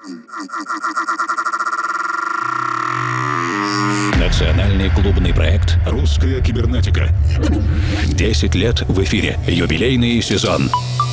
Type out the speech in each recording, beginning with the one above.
Национальный клубный проект «Русская кибернетика». 10 лет в эфире. Юбилейный сезон.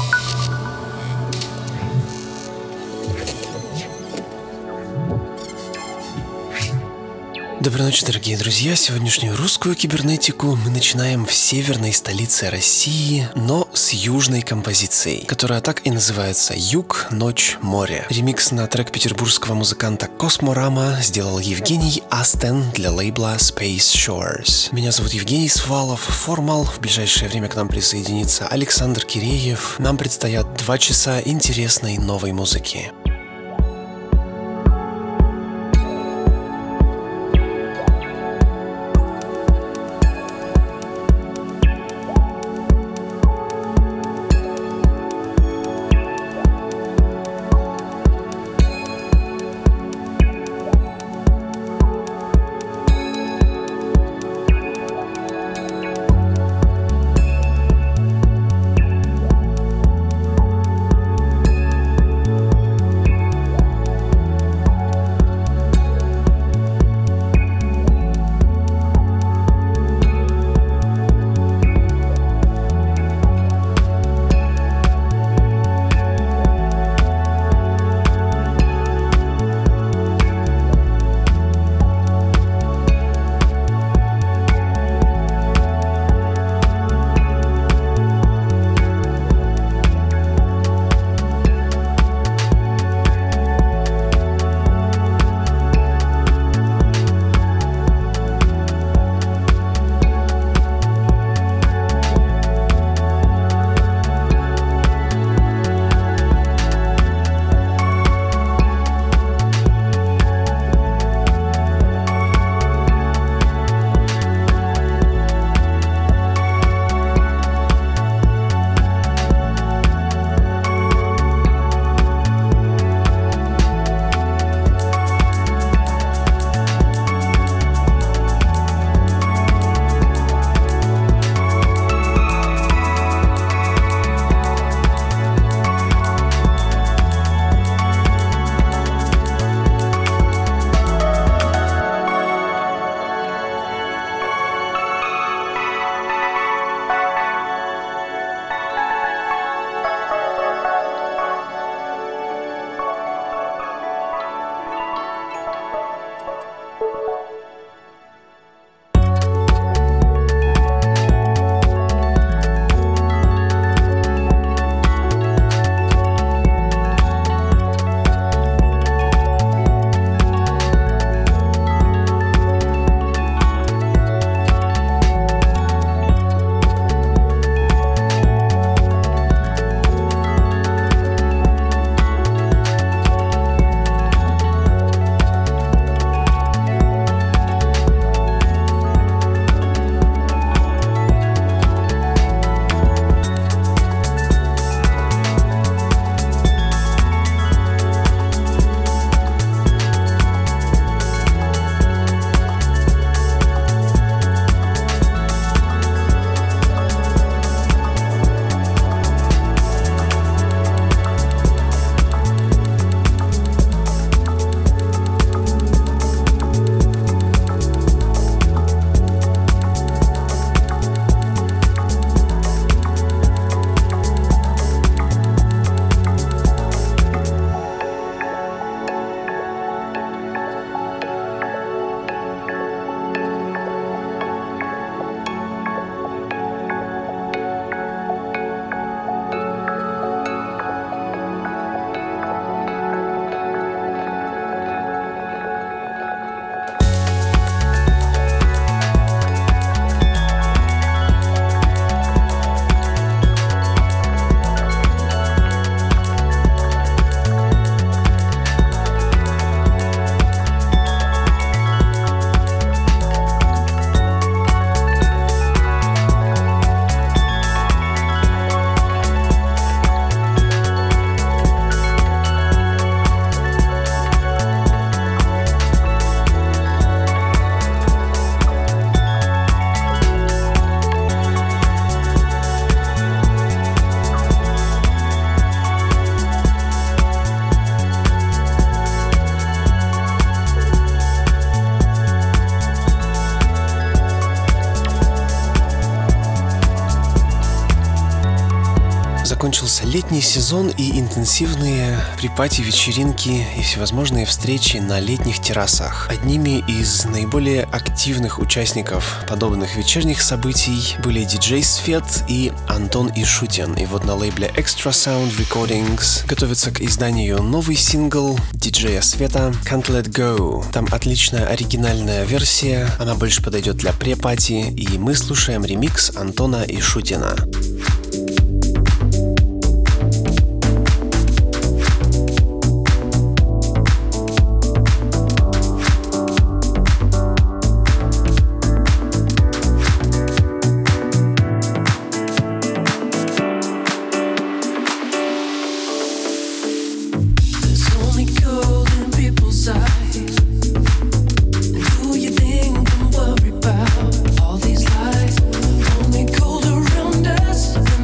Доброй ночи, дорогие друзья. Сегодняшнюю русскую кибернетику мы начинаем в северной столице России, но с южной композицией, которая так и называется «Юг, ночь, море». Ремикс на трек петербургского музыканта Косморама сделал Евгений Астен для лейбла Space Shores. Меня зовут Евгений Свалов, Формал. В ближайшее время к нам присоединится Александр Киреев. Нам предстоят 2 часа интересной новой музыки. закончился летний сезон и интенсивные припати-вечеринки и всевозможные встречи на летних террасах. Одними из наиболее активных участников подобных вечерних событий были диджей Свет и Антон Ишутин. И вот на лейбле Extra Sound Recordings готовится к изданию новый сингл диджея Света Can't Let Go. Там отличная оригинальная версия, она больше подойдет для препати, и мы слушаем ремикс Антона Ишутина. All these lies only cold around us.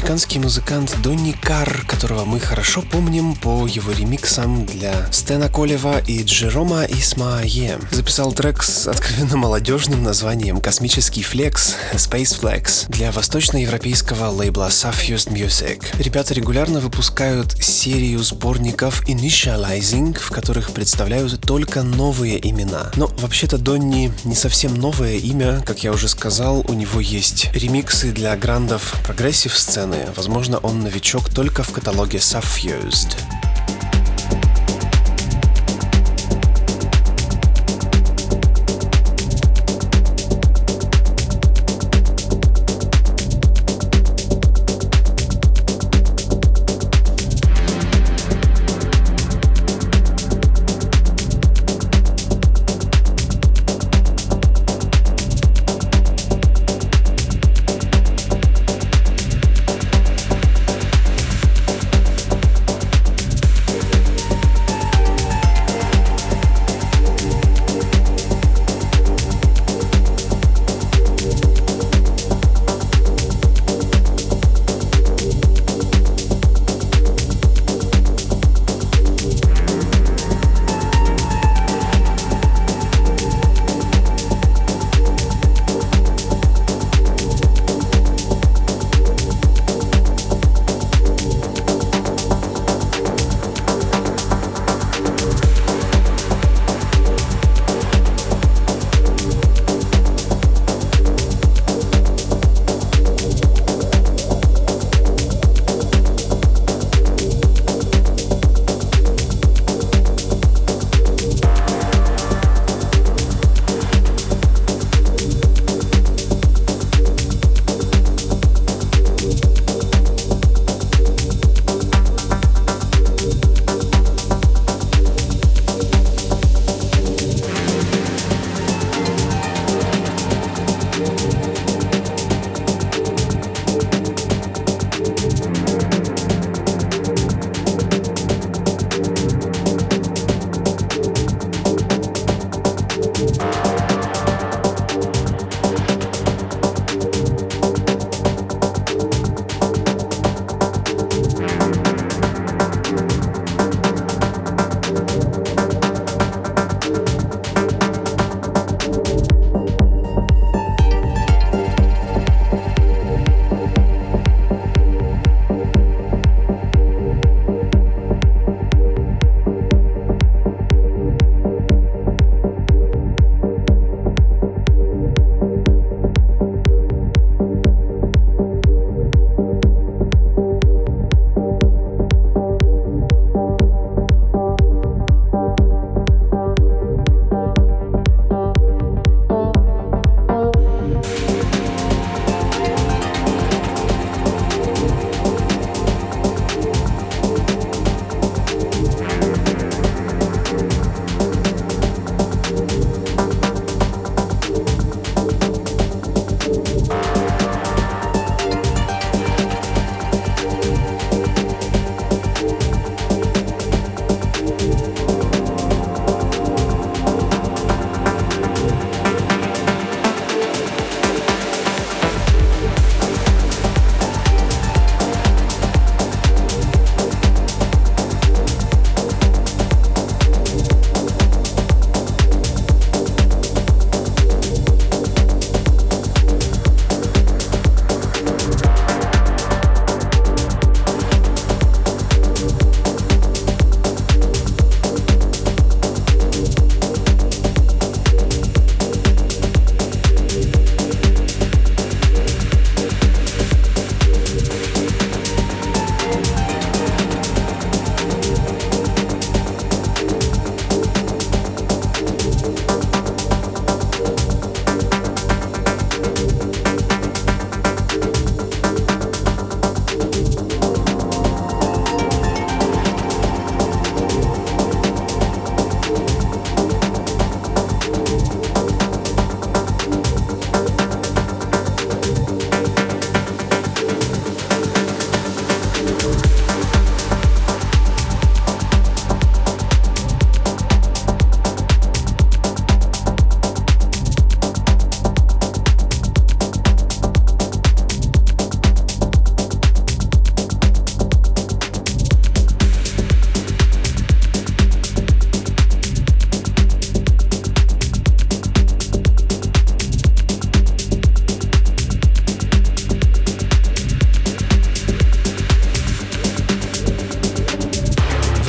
американский музыкант Донни Карр, которого мы хорошо помним по его ремиксам для Стэна Колева и Джерома Исмаае. Записал трек с откровенно молодежным названием «Космический флекс» Space Flex для восточноевропейского лейбла Suffused Music. Ребята регулярно выпускают серию сборников Initializing, в которых представляют только новые имена. Но вообще-то Донни не совсем новое имя, как я уже сказал, у него есть ремиксы для грандов прогрессив-сцены. Возможно, он новичок только в каталоге Suffused.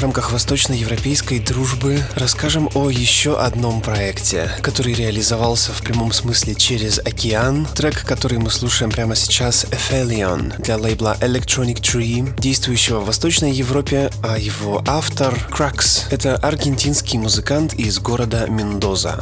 рамках восточноевропейской дружбы расскажем о еще одном проекте, который реализовался в прямом смысле через океан. Трек, который мы слушаем прямо сейчас, Ephelion, для лейбла Electronic Tree, действующего в Восточной Европе, а его автор Crux. Это аргентинский музыкант из города Мендоза.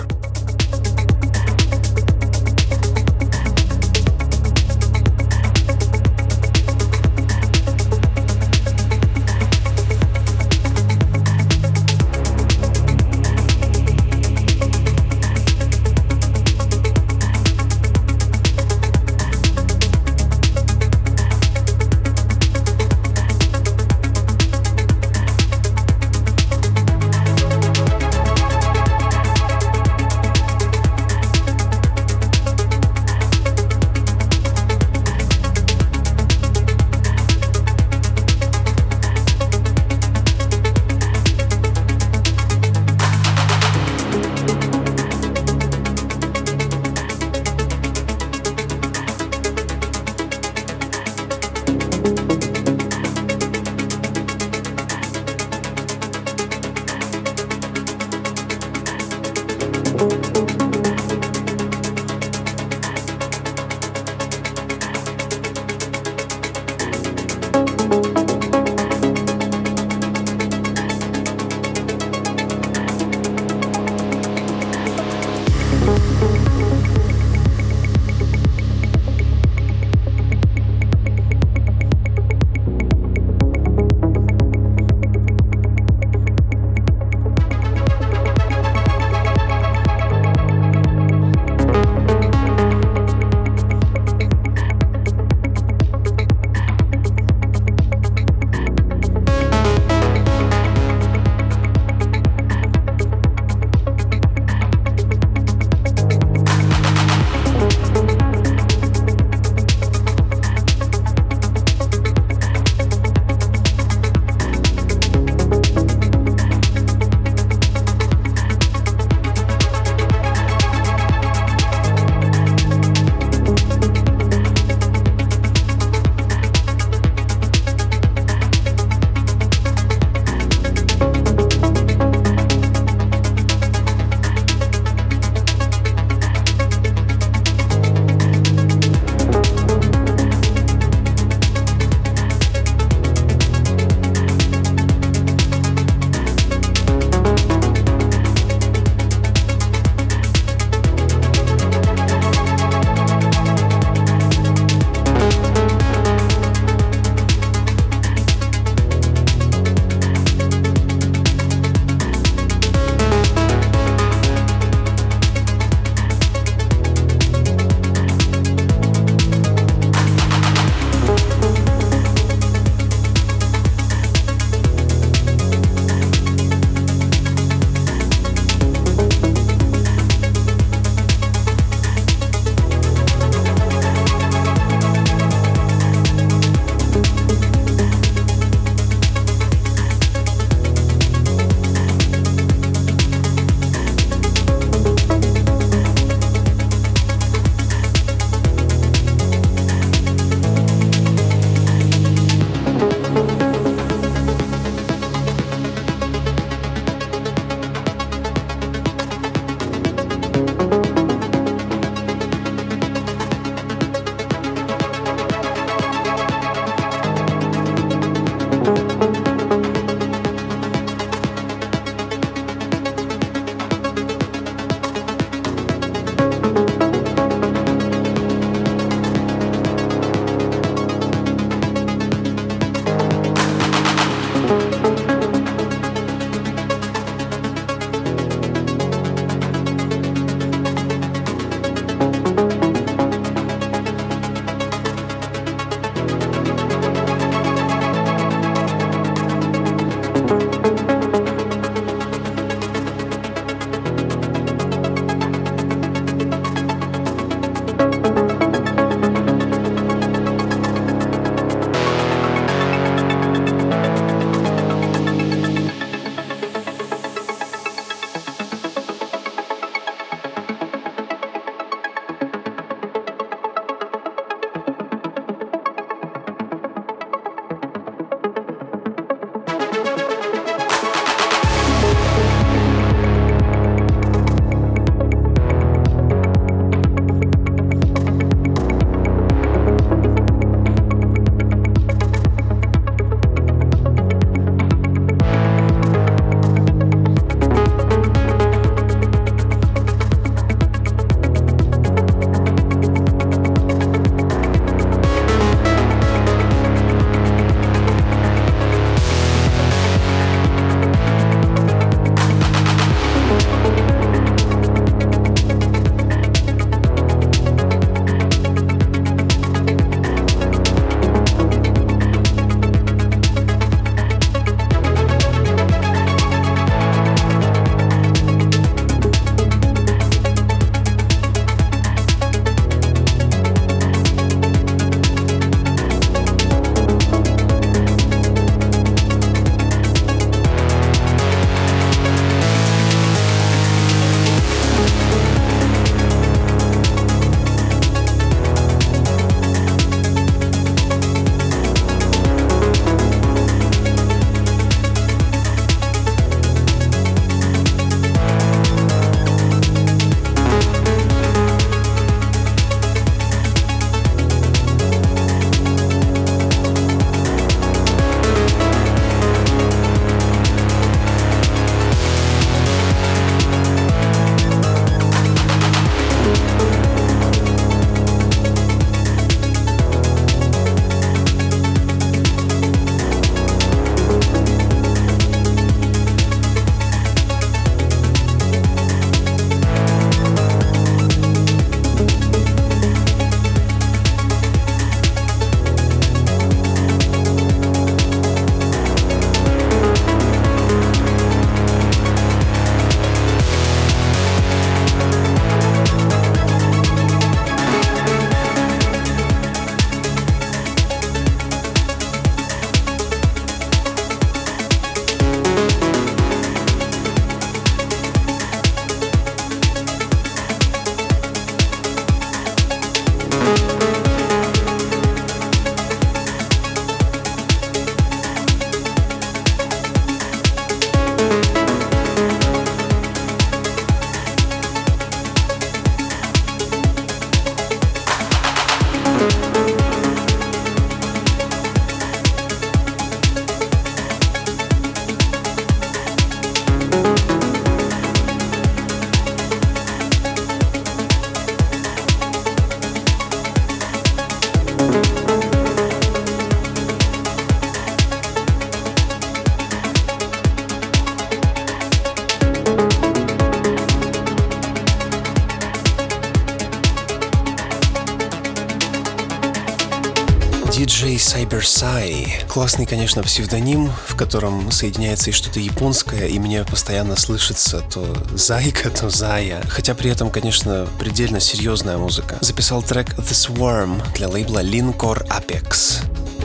DJ Cybersai. Классный, конечно, псевдоним, в котором соединяется и что-то японское, и мне постоянно слышится то зайка, то зая. Хотя при этом, конечно, предельно серьезная музыка. Записал трек The Swarm для лейбла Linkor Apex.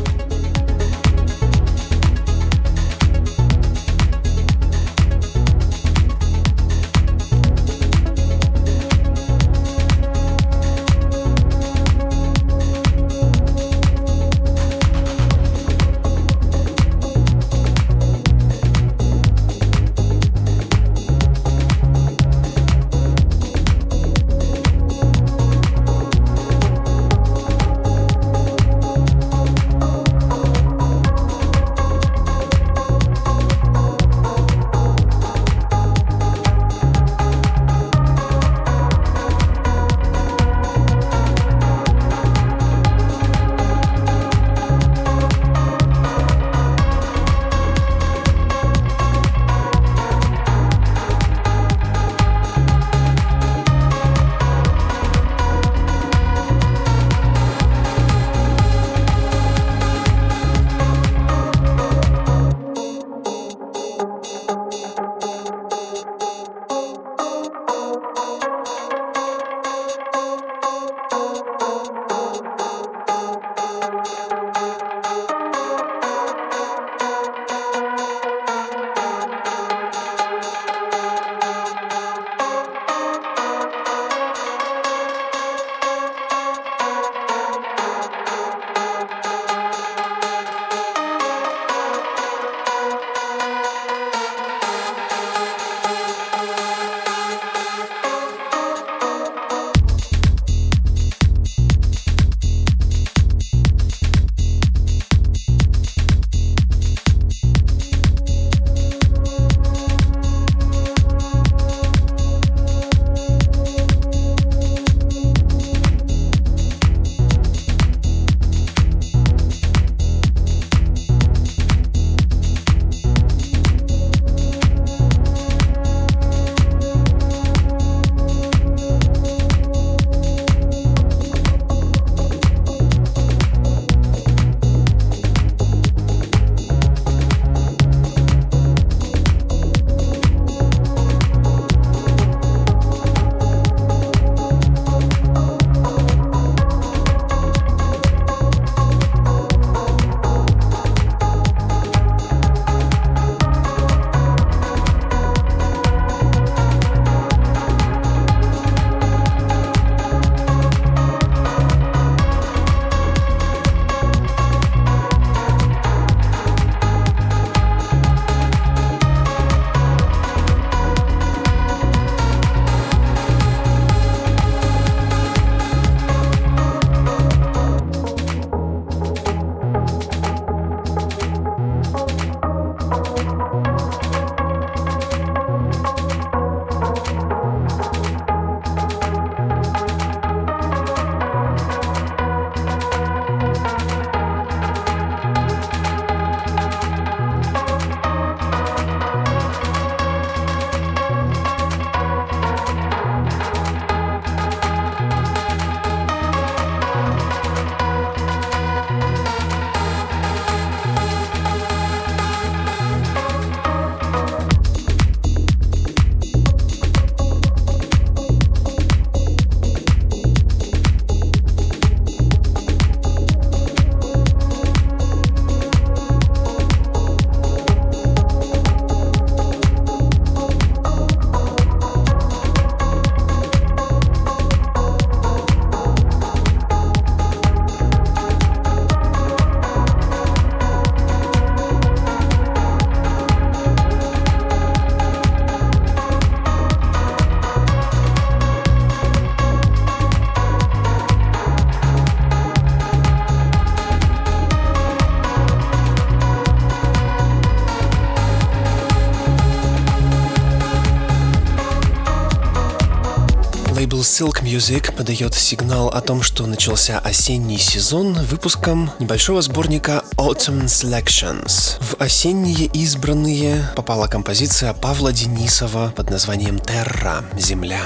Лейбл Silk Music подает сигнал о том, что начался осенний сезон выпуском небольшого сборника Autumn Selections. В осенние избранные попала композиция Павла Денисова под названием Terra — Земля.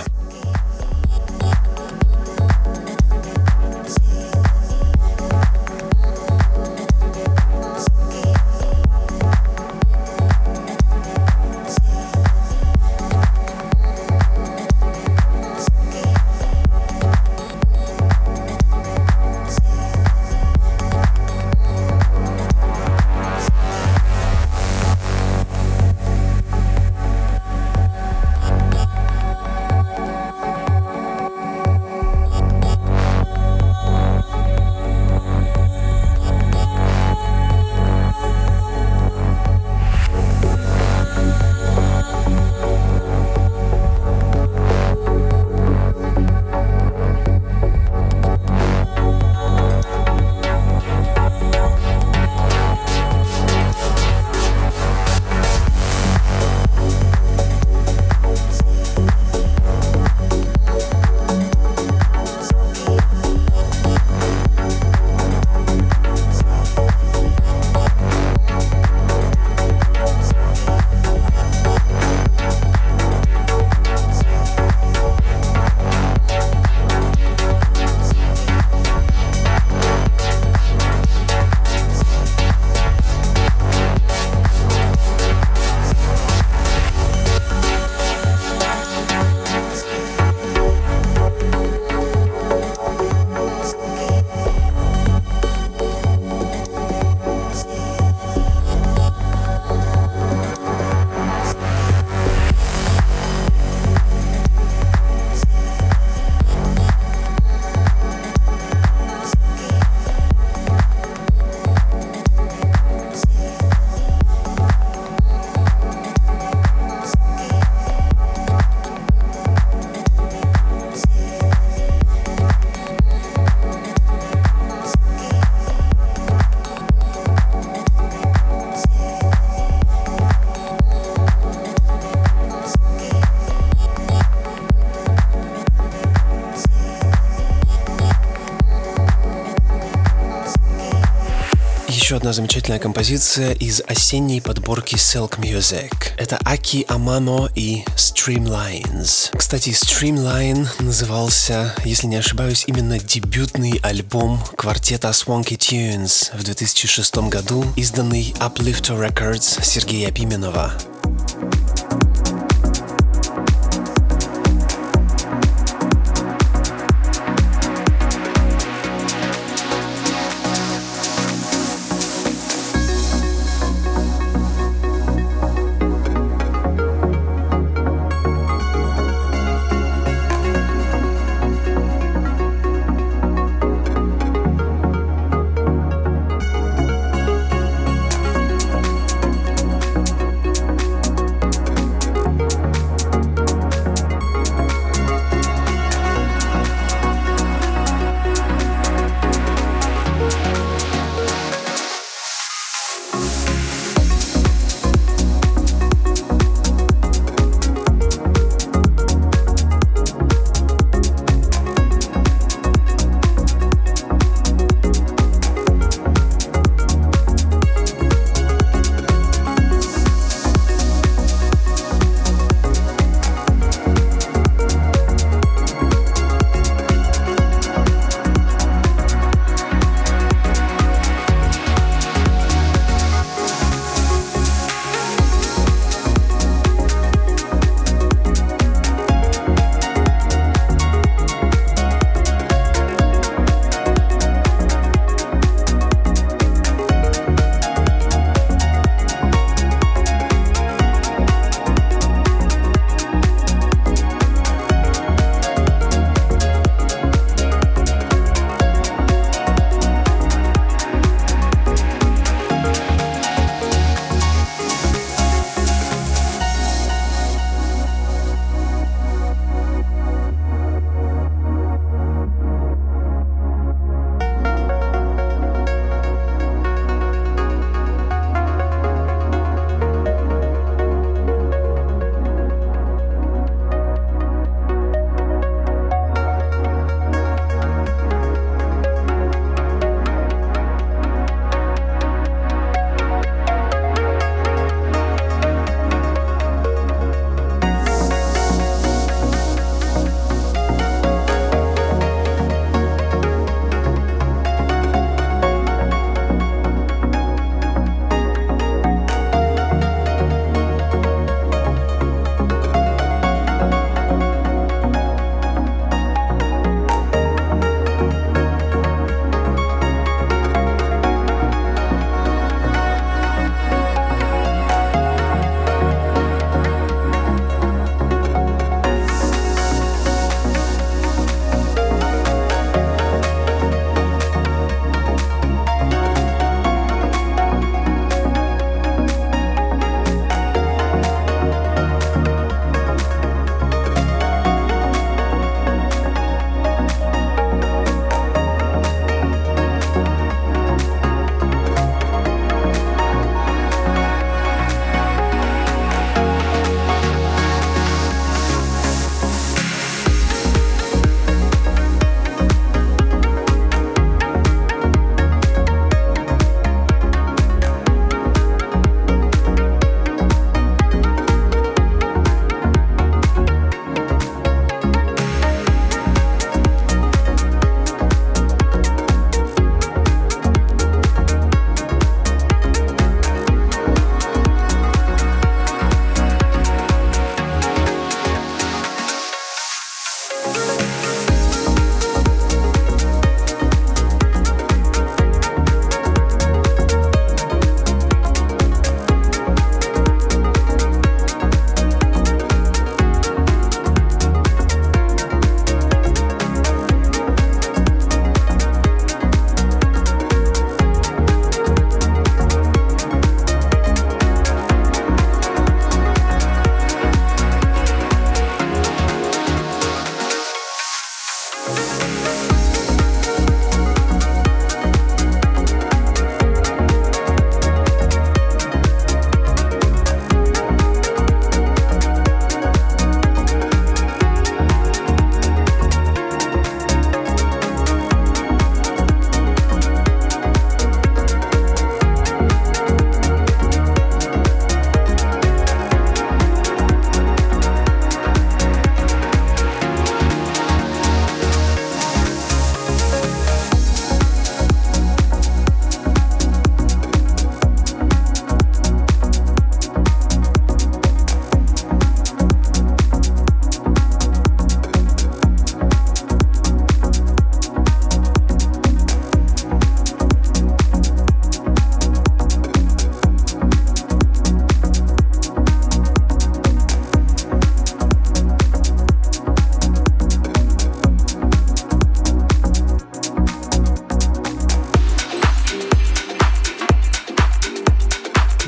еще одна замечательная композиция из осенней подборки Silk Music. Это Аки Амано и Streamlines. Кстати, Streamline назывался, если не ошибаюсь, именно дебютный альбом квартета Swanky Tunes в 2006 году, изданный Uplifter Records Сергея Пименова.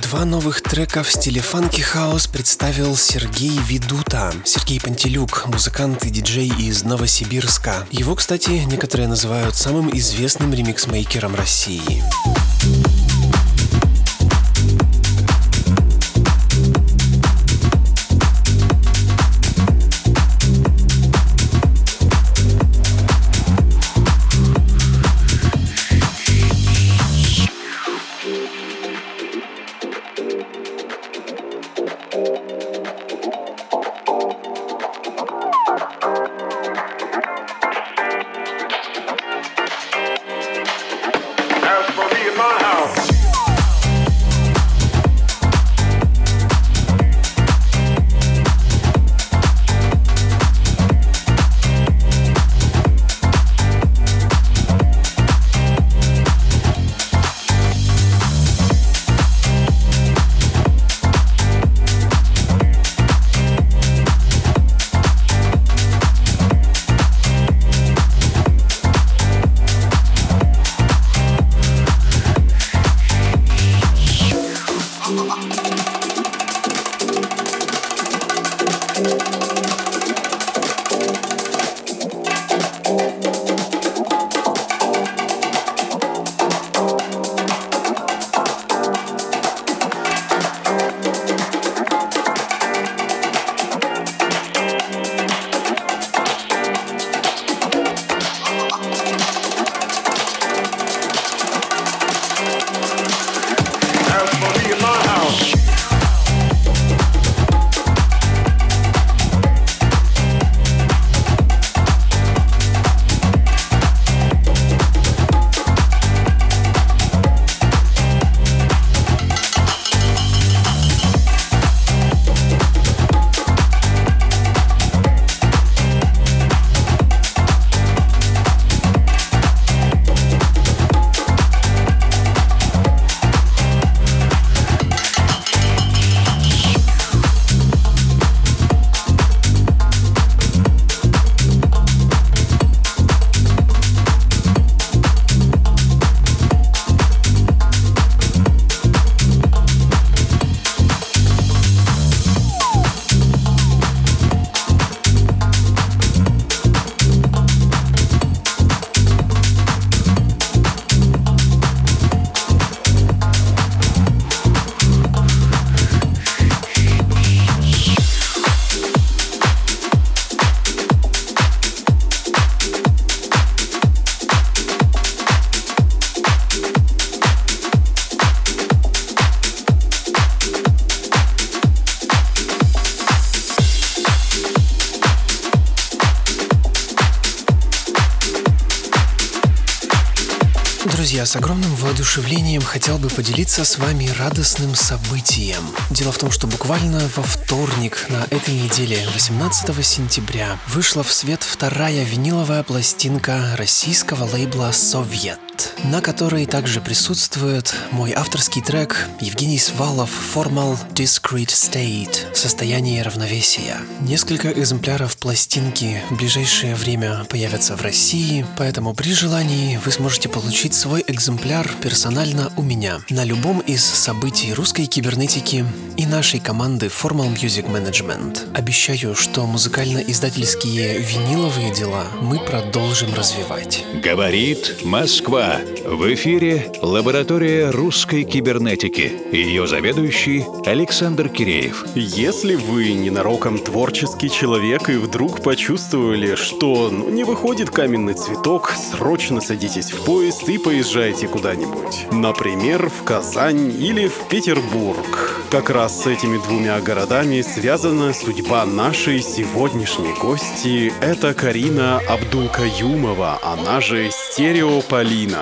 Два новых трека в стиле фанки-хаус представил Сергей Ведута. Сергей Пантелюк, музыкант и диджей из Новосибирска. Его, кстати, некоторые называют самым известным ремикс-мейкером России. Друзья, с огромным воодушевлением хотел бы поделиться с вами радостным событием. Дело в том, что буквально во вторник на этой неделе, 18 сентября, вышла в свет вторая виниловая пластинка российского лейбла «Совет», на которой также присутствует мой авторский трек Евгений Свалов «Formal Discrete State» — «Состояние равновесия». Несколько экземпляров пластинки в ближайшее время появятся в России, поэтому при желании вы сможете получить свой экземпляр персонально у меня на любом из событий русской кибернетики и нашей команды Formal Music Management. Обещаю, что музыкально-издательские виниловые дела мы продолжим развивать. Говорит Москва. В эфире лаборатория русской кибернетики. Ее заведующий Александр Киреев. Если вы ненароком творческий человек и вдруг почувствовали, что не выходит каменный цветок, срочно садитесь в поезд и поезжайте куда-нибудь. Например, в Казань или в Петербург. Как раз с этими двумя городами связана судьба нашей сегодняшней гости. Это Карина Абдулкаюмова, она же Стерео Полина.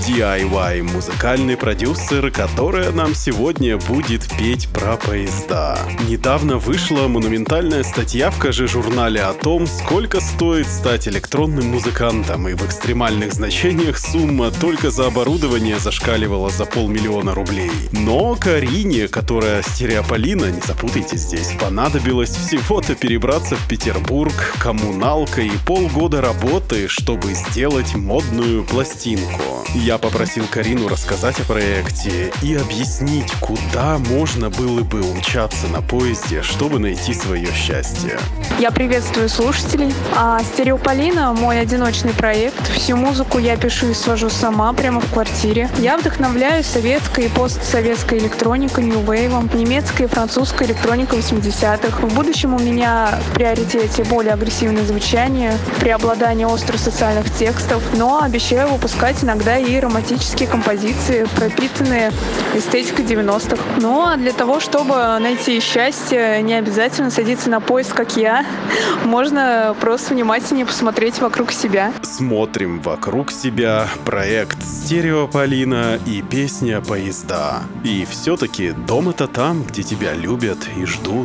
DIY музыкальный продюсер, которая нам сегодня будет петь про поезда. Недавно вышла монументальная статья в КЖ-журнале о том, сколько стоит стать электронным музыкантом, и в экстремальных значениях сумма только за оборудование зашкаливала за 500 000 рублей. Но Карине, которая Стереополина, не запутайтесь здесь, понадобилось всего-то перебраться в Петербург, коммуналка и полгода работы, чтобы сделать модную пластинку. оценку. Я попросил Карину рассказать о проекте и объяснить, куда можно было бы умчаться на поезде, чтобы найти свое счастье. Я приветствую слушателей. Стереополина — мой одиночный проект. Всю музыку я пишу и свожу сама, прямо в квартире. Я вдохновляюсь советской и постсоветской электроникой, нью-вейвом, немецкой и французской электроникой 80-х. В будущем у меня в приоритете более агрессивное звучание, преобладание острых социальных текстов, но обещаю выпускать иногда и романтические композиции, пропитанные эстетикой 90-х. Ну а для того, чтобы найти счастье, не обязательно садиться на поезд, как я. Можно просто внимательнее посмотреть вокруг себя. Смотрим вокруг себя, проект «Стереополина» и песня «Поезда». И все-таки дом — это там, где тебя любят и ждут.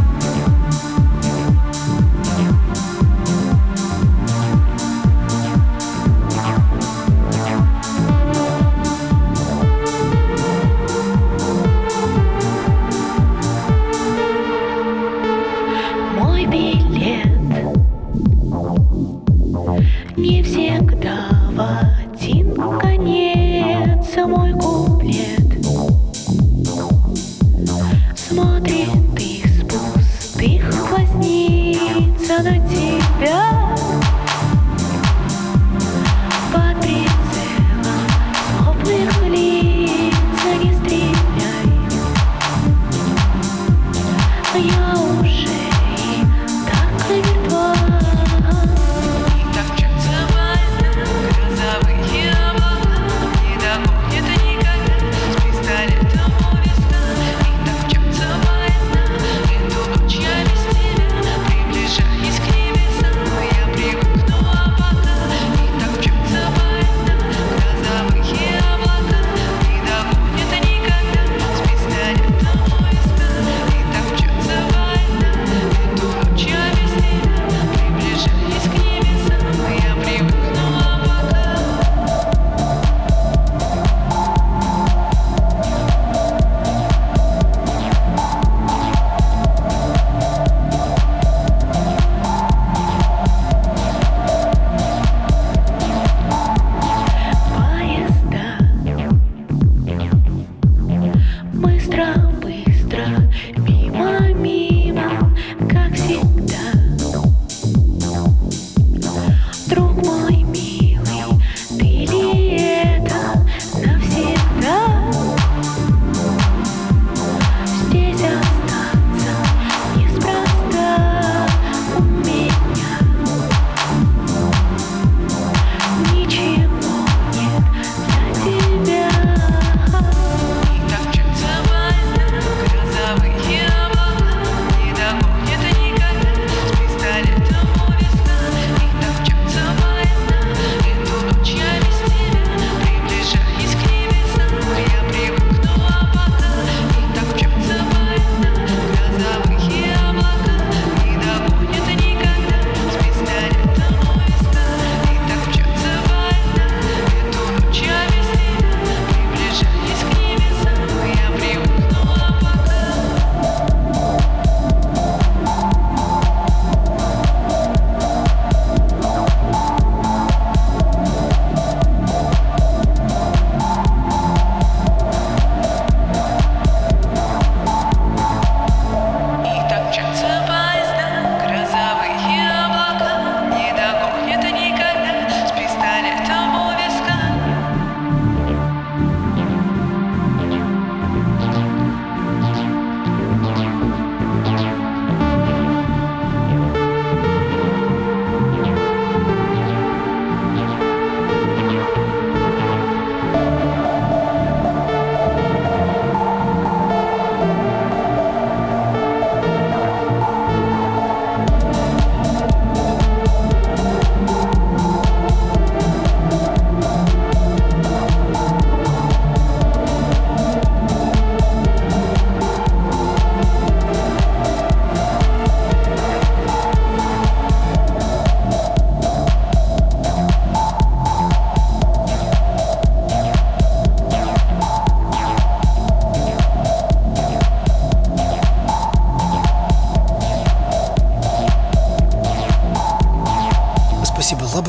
Не всегда в один конец мой куплет смотрит из пустых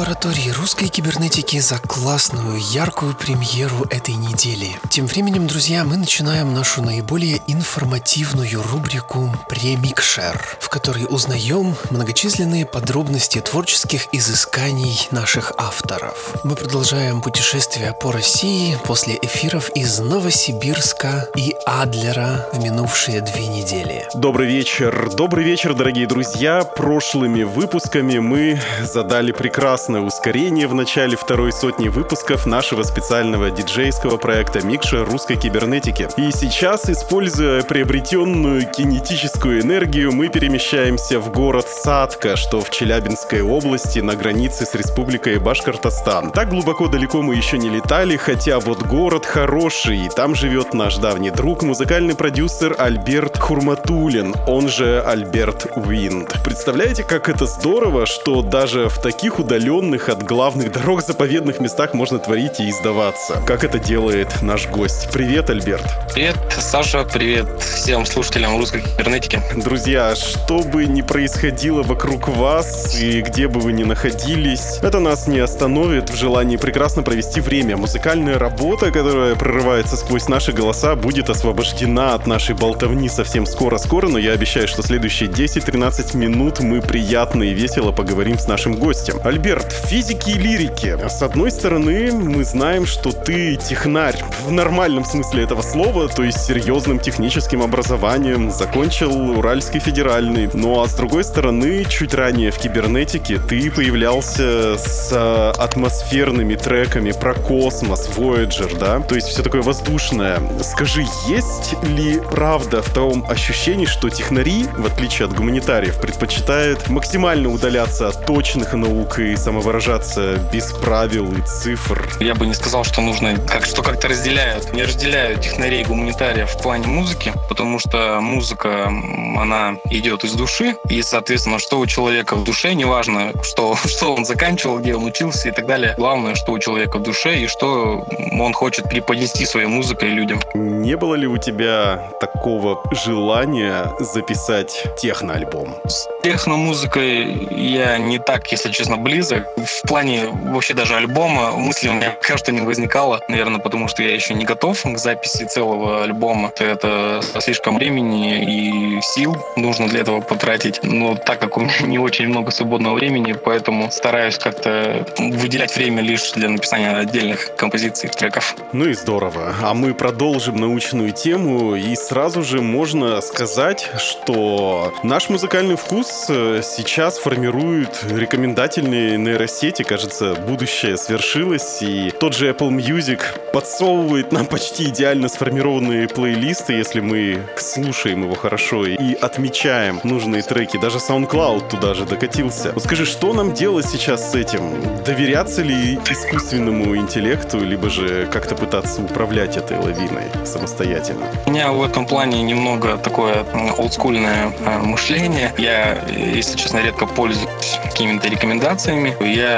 лаборатории русской кибернетики за классную, яркую премьеру этой недели. Тем временем, друзья, мы начинаем нашу наиболее информативную рубрику «Премикшер», в которой узнаем многочисленные подробности творческих изысканий наших авторов. Мы продолжаем путешествие по России после эфиров из Новосибирска и Адлера в минувшие 2 недели. Добрый вечер, дорогие друзья. Прошлыми выпусками мы задали прекрасное ускорение в начале 2-й сотни выпусков нашего специального диджейского проекта «Микшер русской кибернетики». И сейчас, используя приобретенную кинетическую энергию, мы перемещаемся в город Сатка, что в Челябинской области на границе с республикой Башкортостан. Так глубоко далеко мы еще не летали, хотя вот город хороший, и там живет наш давний друг, музыкальный продюсер Альберт Хурматуллин, он же Альберт Уинд. Представляете, как это здорово, что даже в таких удаленных от главных дорог заповедных местах можно творить и издаваться. Как это делает наш гость. Привет, Альберт. Привет, Саша, привет всем слушателям русской кибернетики. Друзья, что бы ни происходило вокруг вас и где бы вы ни находились, это нас не остановит в желании прекрасно провести время. Музыкальная работа, которая прорывается сквозь наши голоса, будет освобождена от нашей болтовни совсем скоро-скоро, но я обещаю, что следующие 10-13 минут мы приятно и весело поговорим с нашим гостем. Альберт, в физике и лирике. С одной стороны, мы знаем, что ты технарь в нормальном смысле этого слова, то есть с серьезным техническим образованием, закончил Уральский федеральный. Ну а с другой стороны, чуть ранее в кибернетике ты появлялся с атмосферными треками про космос, Voyager, да? То есть все такое воздушное. Скажи, есть ли правда в том ощущении, что технари, в отличие от гуманитариев, предпочитают максимально удаляться от точных наук и самовыражаться без правил и цифр? Я бы не сказал, что нужно как-то разделяют. Не разделяют технарей и гуманитариев в плане музыки, потому что музыка, она идет из души, и, соответственно, что у человека в душе, неважно, что он заканчивал, где он учился и так далее. Главное, что у человека в душе и что он хочет преподнести своей музыкой людям. Не было ли у тебя такого желания записать техно-альбом? С техно-музыкой я не так, если честно, близок. В плане вообще даже альбома мысли у меня пока что не возникало. Наверное, потому что я еще не готов к записи целого альбома. Это слишком времени и сил нужно для этого потратить. Но так как у меня не очень много свободного времени, поэтому стараюсь как-то выделять время лишь для написания отдельных композиций, треков. Ну и здорово. А мы продолжим научную тему, и сразу же можно сказать, что наш музыкальный вкус сейчас формирует рекомендательные нейросети. Кажется, будущее свершилось, и тот же Apple Music подсовывает нам почти идеально сформированные плейлисты, если мы слушаем его хорошо и отмечаем нужные треки. Даже SoundCloud туда же докатился. Вот скажи, что нам делать сейчас с этим? Доверяться ли искусственному интеллекту, либо же как-то пытаться управлять этой лавиной самостоятельно? У меня в этом плане немного такое олдскульное мышление. Я, если честно, редко пользуюсь какими-то рекомендациями.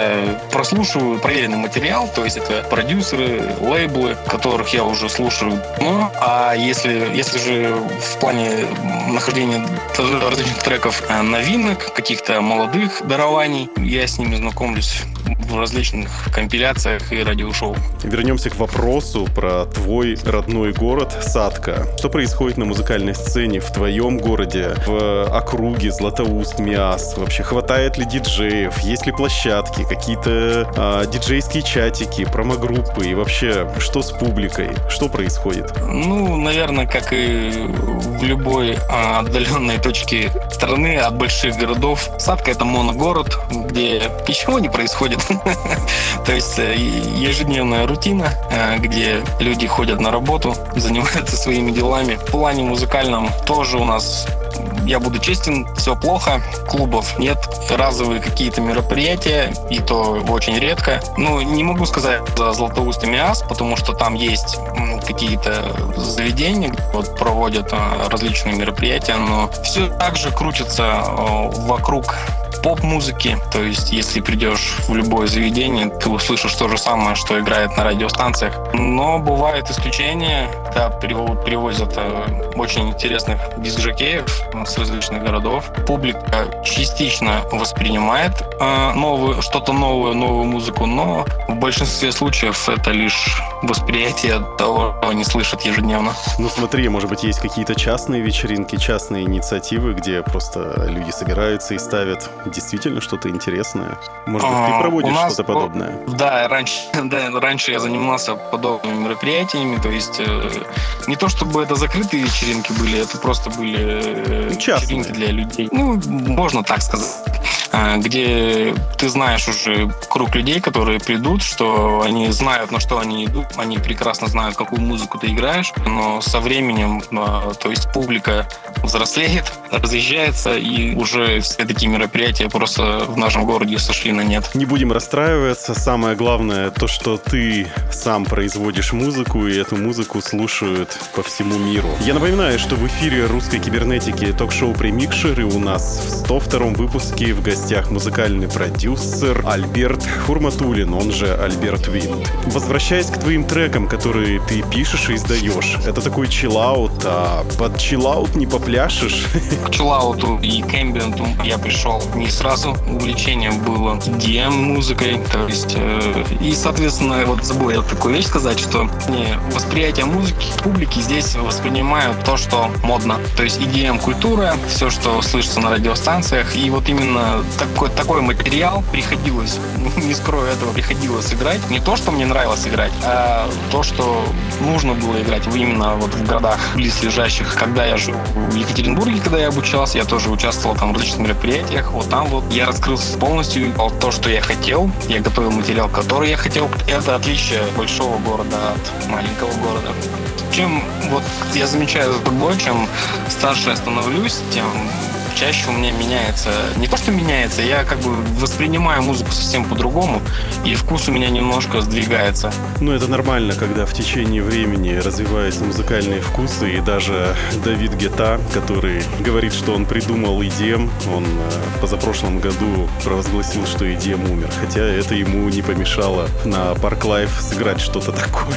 Я прослушиваю проверенный материал, то есть это продюсеры, лейблы, которых я уже слушаю. Ну, а если же в плане нахождения различных треков новинок, каких-то молодых дарований, я с ними знакомлюсь в различных компиляциях и радиошоу. Вернемся к вопросу про твой родной город Сатка. Что происходит на музыкальной сцене в твоем городе, в округе Златоуст, Миас? Вообще, хватает ли диджеев? Есть ли площадки? Какие-то диджейские чатики, промо-группы? И вообще, что с публикой? Что происходит? Ну, наверное, как и в любой отдаленной точке страны от больших городов, Сатка — это моногород, где ничего не происходит. То есть ежедневная рутина, где люди ходят на работу, занимаются своими делами. В плане музыкальном тоже у нас, я буду честен, все плохо. Клубов нет, разовые какие-то мероприятия, и то очень редко. Ну, не могу сказать за Златоуст и Миас, потому что там есть какие-то заведения, где вот проводят различные мероприятия, но все так же крутится вокруг поп-музыки. То есть, если придешь в любое заведение, ты услышишь то же самое, что играет на радиостанциях. Но бывают исключения. когда привозят очень интересных диск-жокеев с различных городов. Публика частично воспринимает что-то новое, новую музыку, но в большинстве случаев это лишь восприятие того, что они слышат ежедневно. Ну смотри, может быть, есть какие-то частные вечеринки, частные инициативы, где просто люди собираются и ставят действительно что-то интересное. Может быть, ты проводишь что-то подобное? Да, раньше я занимался подобными мероприятиями, то есть не то чтобы это закрытые вечеринки были, это просто были вечеринки для людей. Ну, можно так сказать. Где ты знаешь уже круг людей, которые придут, что они знают, на что они идут, они прекрасно знают, какую музыку ты играешь, но со временем, то есть публика взрослеет, разъезжается, и уже все такие мероприятия просто в нашем городе сошли на нет. Не будем расстраиваться, самое главное то, что ты сам производишь музыку, и эту музыку слушают по всему миру. Я напоминаю, что в эфире русской кибернетики ток-шоу «Премикшер», и у нас в 102-м выпуске в гостях музыкальный продюсер Альберт Хурматуллин, он же Альберт Винт. Возвращаясь к твоим трекам, которые ты пишешь и издаешь, это такой чиллаут, а под чиллаут не попляшешь. К чиллауту и к эмбиенту я пришел не сразу. Увлечение было EDM-музыкой, то есть и, соответственно, вот забыл я такую вещь сказать, что восприятие музыки публики здесь воспринимают то, что модно. То есть EDM-культура, все, что слышится на радиостанциях, и вот именно такой материал приходилось, не скрою этого, приходилось играть. Не то, что мне нравилось играть, а то, что нужно было играть именно вот в городах близлежащих. Когда я жил в Екатеринбурге, когда я обучался, я тоже участвовал там в различных мероприятиях. Вот там вот я раскрылся полностью, то, что я хотел. Я готовил материал, который я хотел. Это отличие большого города от маленького города. Чем вот я замечаю за собой, чем старше я становлюсь, тем чаще у меня меняется. Не то, что меняется, я как бы воспринимаю музыку совсем по-другому, и вкус у меня немножко сдвигается. Ну, это нормально, когда в течение времени развиваются музыкальные вкусы, и даже Дэвид Гетта, который говорит, что он придумал EDM, он в позапрошлом году провозгласил, что EDM умер, хотя это ему не помешало на Park Life сыграть что-то такое.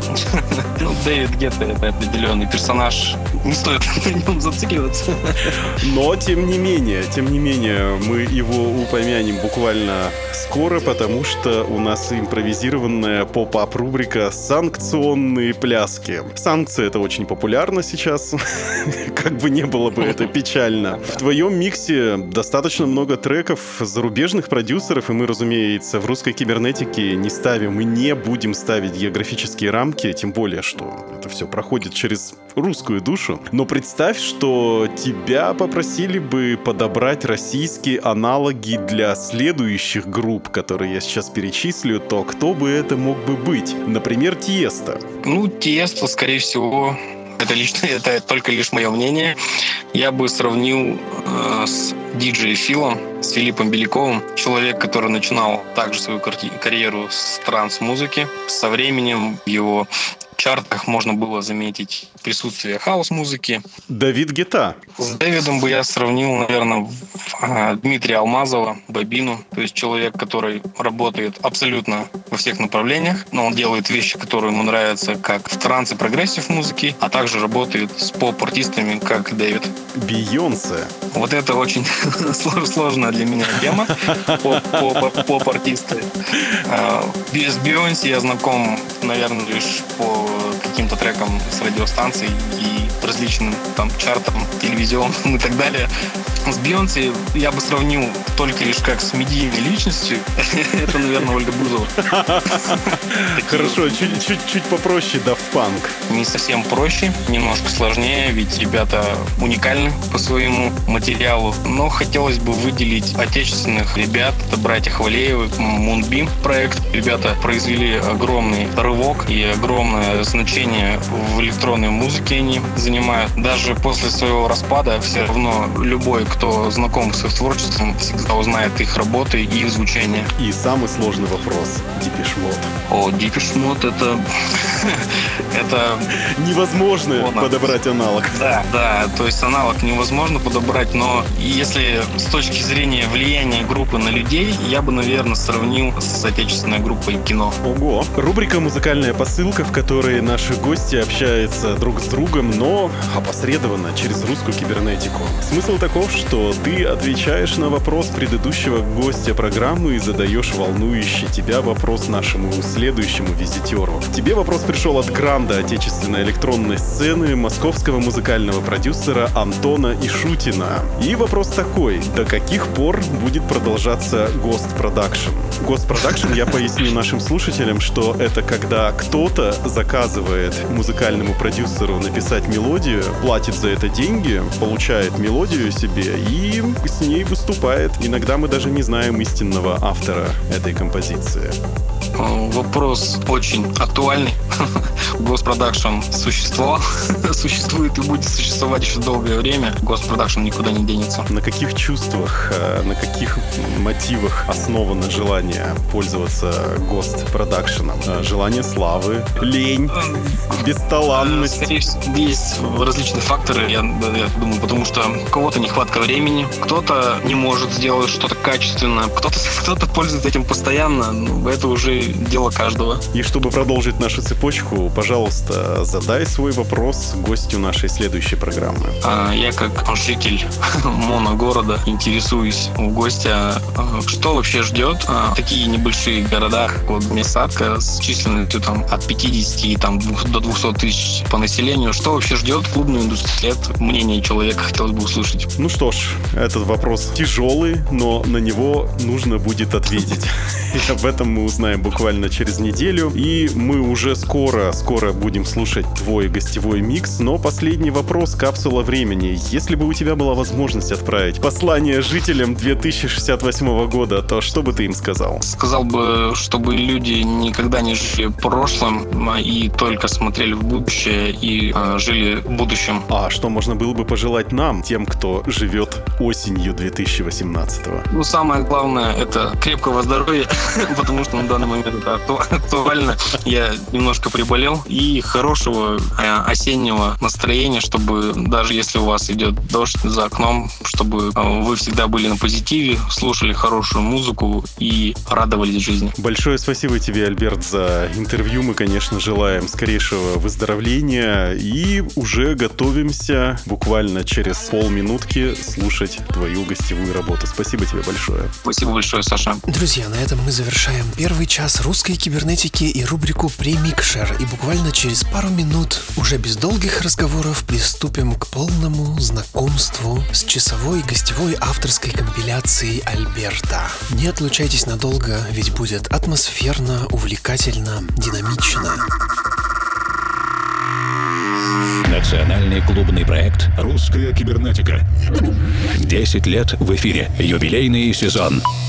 Ну, Дэвид Гетта — это определенный персонаж, не стоит на нем зацикливаться. Но тем не менее, мы его упомянем буквально скоро, потому что у нас импровизированная поп-ап-рубрика «Санкционные пляски». Санкции — это очень популярно сейчас, как бы не было бы это печально. В твоем миксе достаточно много треков зарубежных продюсеров, и мы, разумеется, в русской кибернетике не ставим и не будем ставить географические рамки, тем более, что это все проходит через русскую душу. Но представь, что тебя попросили бы подобрать российские аналоги для следующих групп, которые я сейчас перечислю, то кто бы это мог бы быть? Например, Тиесто. Ну, Тиесто, скорее всего, это только лишь мое мнение. Я бы сравнил с диджей Филом, с Филиппом Беляковым. Человек, который начинал также свою карьеру с транс-музыки. Со временем в его чартах можно было заметить присутствие хаус-музыки. Дэвид Гетта. С Дэвидом бы я сравнил, наверное, Дмитрия Алмазова, Бобину. То есть человек, который работает абсолютно во всех направлениях, но он делает вещи, которые ему нравятся, как в транс и прогрессив музыке, а также работает с поп-артистами, как Дэвид. Бейонсе. Вот это очень сложная для меня тема. Поп-артисты. С Бейонсе я знаком, наверное, лишь по каким-то трекам с радиостанций и различным там чартам телевизионным и так далее. С Бейонсе я бы сравнил только лишь как с медийной личностью. Это, наверное, Ольга Бузова. Хорошо, чуть попроще Daft Punk. Не совсем проще, немножко сложнее, ведь ребята уникальны по своему материалу. Но хотелось бы выделить отечественных ребят. Это братья Хвалеевы, Moonbeam проект. Ребята произвели огромный рывок и огромное значение в электронной музыке они занимают. Даже после своего распада все равно любой, кто знаком с их творчеством, всегда узнает их работы и их звучание. И самый сложный вопрос. Depeche Mode. Depeche Mode это невозможно подобрать аналог. Да, то есть аналог невозможно подобрать, но если с точки зрения влияния группы на людей, я бы, наверное, сравнил с отечественной группой Кино. Ого! Рубрика «Музыкальная посылка», в которой наши наши гости общаются друг с другом, но опосредованно через русскую кибернетику. Смысл таков, что ты отвечаешь на вопрос предыдущего гостя программы и задаешь волнующий тебя вопрос нашему следующему визитеру. Тебе вопрос пришел от гранда отечественной электронной сцены, московского музыкального продюсера Антона Ишутина. И вопрос такой: до каких пор будет продолжаться Ghost Production? Ghost Production, я поясню нашим слушателям, что это когда кто-то заказывает музыкальному продюсеру написать мелодию, платит за это деньги, получает мелодию себе и с ней выступает. Иногда мы даже не знаем истинного автора этой композиции. Вопрос очень актуальный. Ghost Production существует и будет существовать еще долгое время. Ghost Production никуда не денется. На каких чувствах, на каких мотивах основано желание пользоваться Ghost Production? Желание славы, лень, бесталанность? Скорее всего, есть различные факторы, я думаю, потому что у кого-то нехватка времени, кто-то не может сделать что-то качественно, кто-то пользуется этим постоянно, это уже дело каждого. И чтобы продолжить нашу цепочку, пожалуйста, задай свой вопрос гостю нашей следующей программы. Я как житель моногорода интересуюсь у гостя, что вообще ждет такие небольшие города, как вот Месатка, с численностью там от 50 до 200 тысяч по населению, что вообще ждет клубную индустрию? Мнение человека хотелось бы услышать. Ну что ж, этот вопрос тяжелый, но на него нужно будет ответить. И об этом мы узнаем буквально через неделю. И мы уже скоро будем слушать твой гостевой микс. Но последний вопрос, капсула времени. Если бы у тебя была возможность отправить послание жителям 2068 года, то что бы ты им сказал? Сказал бы, чтобы люди никогда не жили прошлым и только смотрели в будущее и жили будущим. А что можно было бы пожелать нам, тем, кто живет осенью 2018-го? Ну, самое главное, это крепкого здоровья, потому что на данный момент это актуально. Я немножко приболел. И хорошего осеннего настроения, чтобы даже если у вас идет дождь за окном, чтобы вы всегда были на позитиве, слушали хорошую музыку и радовались жизни. Большое спасибо тебе, Альберт, за интервью. Мы, конечно, желаем скорейшего выздоровления и уже готовимся буквально через полминутки слушать твою гостевую работу. Спасибо тебе большое. Спасибо большое, Саша. Друзья, на этом мы завершаем первый час русской кибернетики и рубрику «Премикшер». И буквально через пару минут, уже без долгих разговоров, приступим к полному знакомству с часовой гостевой авторской компиляцией Альберта. Не отлучайтесь надолго, ведь будет атмосферно, увлекательно, динамично. Национальный клубный проект «Русская кибернетика». 10 лет в эфире. Юбилейный сезон.